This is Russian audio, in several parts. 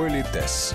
Политес.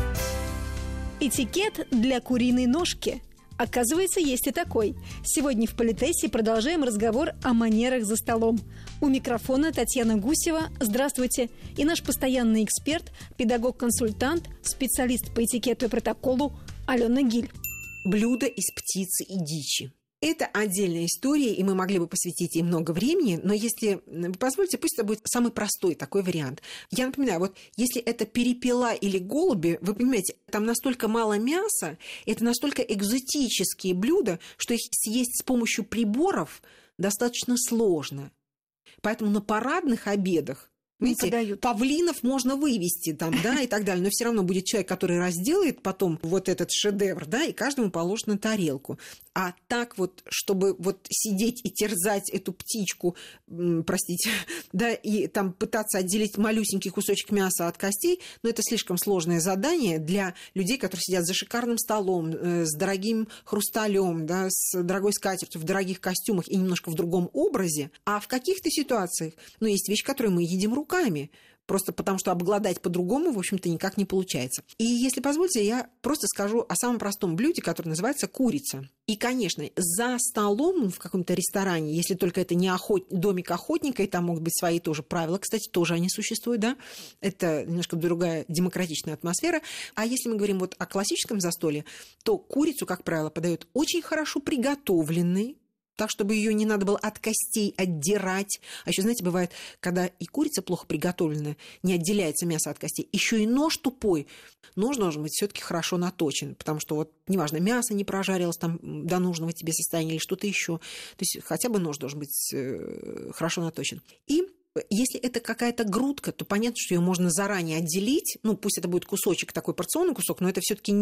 Этикет для куриной ножки. Оказывается, есть и такой. Сегодня в Политесе продолжаем разговор о манерах за столом. У микрофона Татьяна Гусева. Здравствуйте. И наш постоянный эксперт, педагог-консультант, специалист по этикету и протоколу Алена Гиль. Блюда из птицы и дичи. Это отдельная история, и мы могли бы посвятить ей много времени, но если вы позволите, пусть это будет самый простой такой вариант. Я напоминаю, вот если это перепела или голуби, вы понимаете, там настолько мало мяса, это настолько экзотические блюда, что их съесть с помощью приборов достаточно сложно. Поэтому на парадных обедах, видите, павлинов можно вывести там, да, и так далее, но все равно будет человек, который разделает потом вот этот шедевр, да, и каждому положит на тарелку. А так вот, чтобы вот сидеть и терзать эту птичку, простите, да, и там пытаться отделить малюсенький кусочек мяса от костей, ну, это слишком сложное задание для людей, которые сидят за шикарным столом, с дорогим хрусталем, да, с дорогой скатертью, в дорогих костюмах и немножко в другом образе. А в каких-то ситуациях, ну, есть вещи, которые мы едим руками, просто потому что обглодать по-другому, в общем-то, никак не получается. И если позволите, я просто скажу о самом простом блюде, которое называется курица. И, конечно, за столом в каком-то ресторане, если только это не домик охотника, и там могут быть свои тоже правила, кстати, тоже они существуют, да, это немножко другая демократичная атмосфера. А если мы говорим вот о классическом застолье, то курицу, как правило, подают очень хорошо приготовленной, так, чтобы ее не надо было от костей отдирать. А еще, знаете, бывает, когда и курица плохо приготовленная, не отделяется мясо от костей, еще и нож тупой. Нож должен быть все-таки хорошо наточен, потому что вот неважно, мясо не прожарилось там до нужного тебе состояния или что-то еще. То есть хотя бы нож должен быть хорошо наточен. И если это какая-то грудка, то понятно, что ее можно заранее отделить. Ну, пусть это будет кусочек, такой порционный кусок, но это все-таки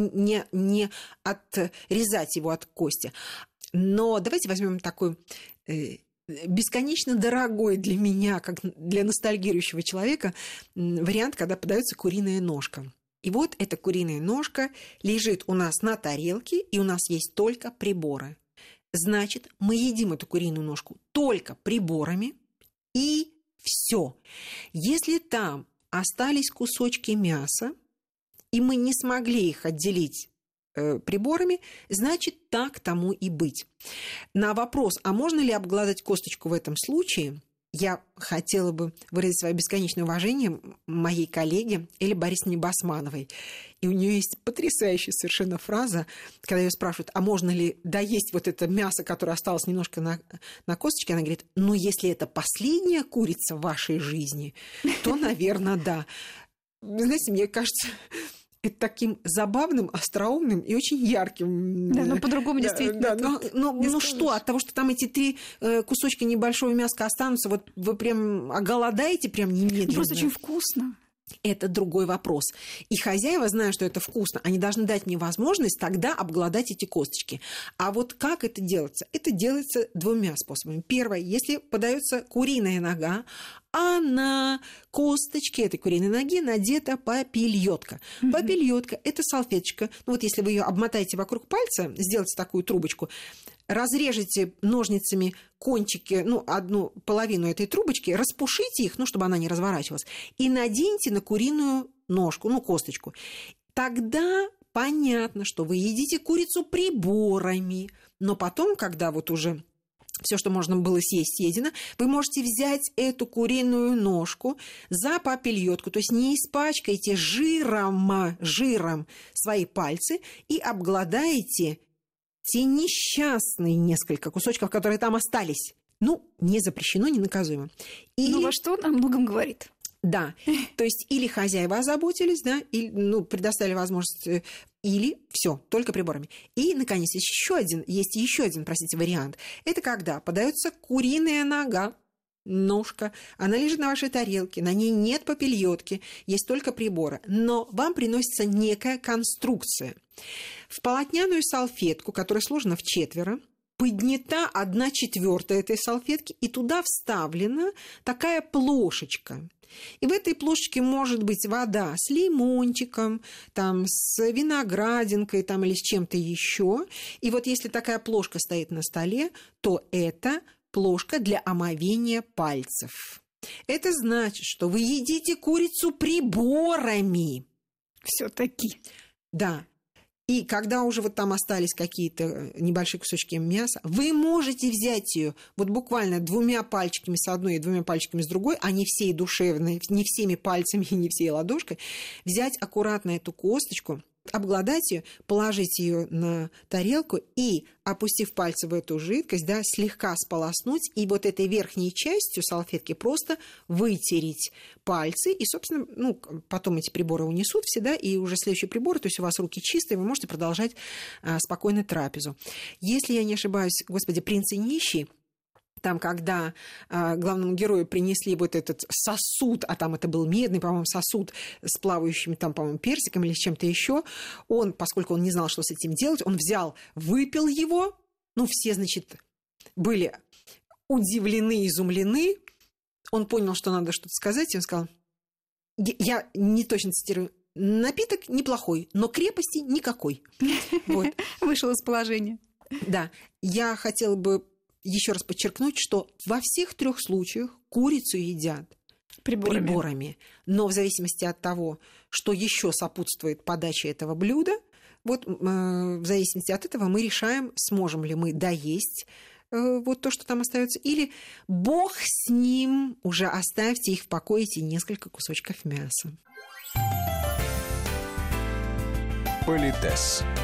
не отрезать его от кости. Но давайте возьмем такой бесконечно дорогой для меня, как для ностальгирующего человека, вариант, когда подается куриная ножка. И вот эта куриная ножка лежит у нас на тарелке, и у нас есть только приборы. Значит, мы едим эту куриную ножку только приборами, и все. Если там остались кусочки мяса, и мы не смогли их отделить приборами, значит, так тому и быть. На вопрос, а можно ли обгладать косточку в этом случае, я хотела бы выразить свое бесконечное уважение моей коллеге Элле Борисовне Басмановой. И у нее есть потрясающая совершенно фраза, когда ее спрашивают, а можно ли доесть вот это мясо, которое осталось немножко на косточке, она говорит, ну, если это последняя курица в вашей жизни, то, наверное, да. Вы знаете, мне кажется, это таким забавным, остроумным и очень ярким. Да, но по-другому действительно. Да, ну что, от того, что там эти 3 кусочка небольшого мяска останутся, вот вы прям оголодаете прям немедленно. Просто очень вкусно. Это другой вопрос. И хозяева, зная, что это вкусно, они должны дать мне возможность тогда обглодать эти косточки. А вот как это делается? Это делается 2 способами. Первое, если подается куриная нога, а на косточке этой куриной ноги надета папильотка. Папильотка – это салфеточка. Ну вот если вы ее обмотаете вокруг пальца, сделайте такую трубочку, разрежете ножницами кончики, ну, одну половину этой трубочки, распушите их, ну, чтобы она не разворачивалась, и наденьте на куриную ножку, ну, косточку. Тогда понятно, что вы едите курицу приборами, но потом, когда вот уже все, что можно было съесть, съедено, вы можете взять эту куриную ножку за папильотку, то есть не испачкайте жиром свои пальцы и обгладаете те несчастные несколько кусочков, которые там остались. Ну, не запрещено, не наказуемо. Ну, во что нам о многом говорит. Да, то есть или хозяева озаботились, да, или, ну, предоставили возможность, или все, только приборами. И, наконец, есть еще один вариант. Это когда подается куриная нога, ножка, она лежит на вашей тарелке, на ней нет папильотки, есть только приборы, но вам приносится некая конструкция. В полотняную салфетку, которая сложена в 4, поднята 1/4 этой салфетки, и туда вставлена такая плошечка. И в этой плошечке может быть вода с лимончиком, там, с виноградинкой там, или с чем-то еще. И вот если такая плошка стоит на столе, то это плошка для омовения пальцев. Это значит, что вы едите курицу приборами. Все-таки. Да. И когда уже вот там остались какие-то небольшие кусочки мяса, вы можете взять ее вот буквально 2 пальчиками с одной и 2 пальчиками с другой, а не всей душевной, не всеми пальцами и не всей ладошкой, взять аккуратно эту косточку, обглодать ее, положить ее на тарелку и, опустив пальцы в эту жидкость, да, слегка сполоснуть и вот этой верхней частью салфетки просто вытереть пальцы. И, собственно, потом эти приборы унесут все, да, и уже следующий прибор, то есть у вас руки чистые, вы можете продолжать спокойно трапезу. Если я не ошибаюсь, господи, «Принц и нищий», там, когда главному герою принесли вот этот сосуд, а там это был медный, по-моему, сосуд с плавающими там, по-моему, персиком или с чем-то еще, он, поскольку он не знал, что с этим делать, он взял, выпил его, все, значит, были удивлены, изумлены, он понял, что надо что-то сказать, и он сказал, я не точно цитирую, напиток неплохой, но крепости никакой. Вышел из положения. Да, я хотела бы еще раз подчеркнуть, что во всех 3 случаях курицу едят приборами. Но в зависимости от того, что еще сопутствует подаче этого блюда, вот в зависимости от этого мы решаем, сможем ли мы доесть вот то, что там остается, или бог с ним, уже оставьте их в покое, эти несколько кусочков мяса. Политес.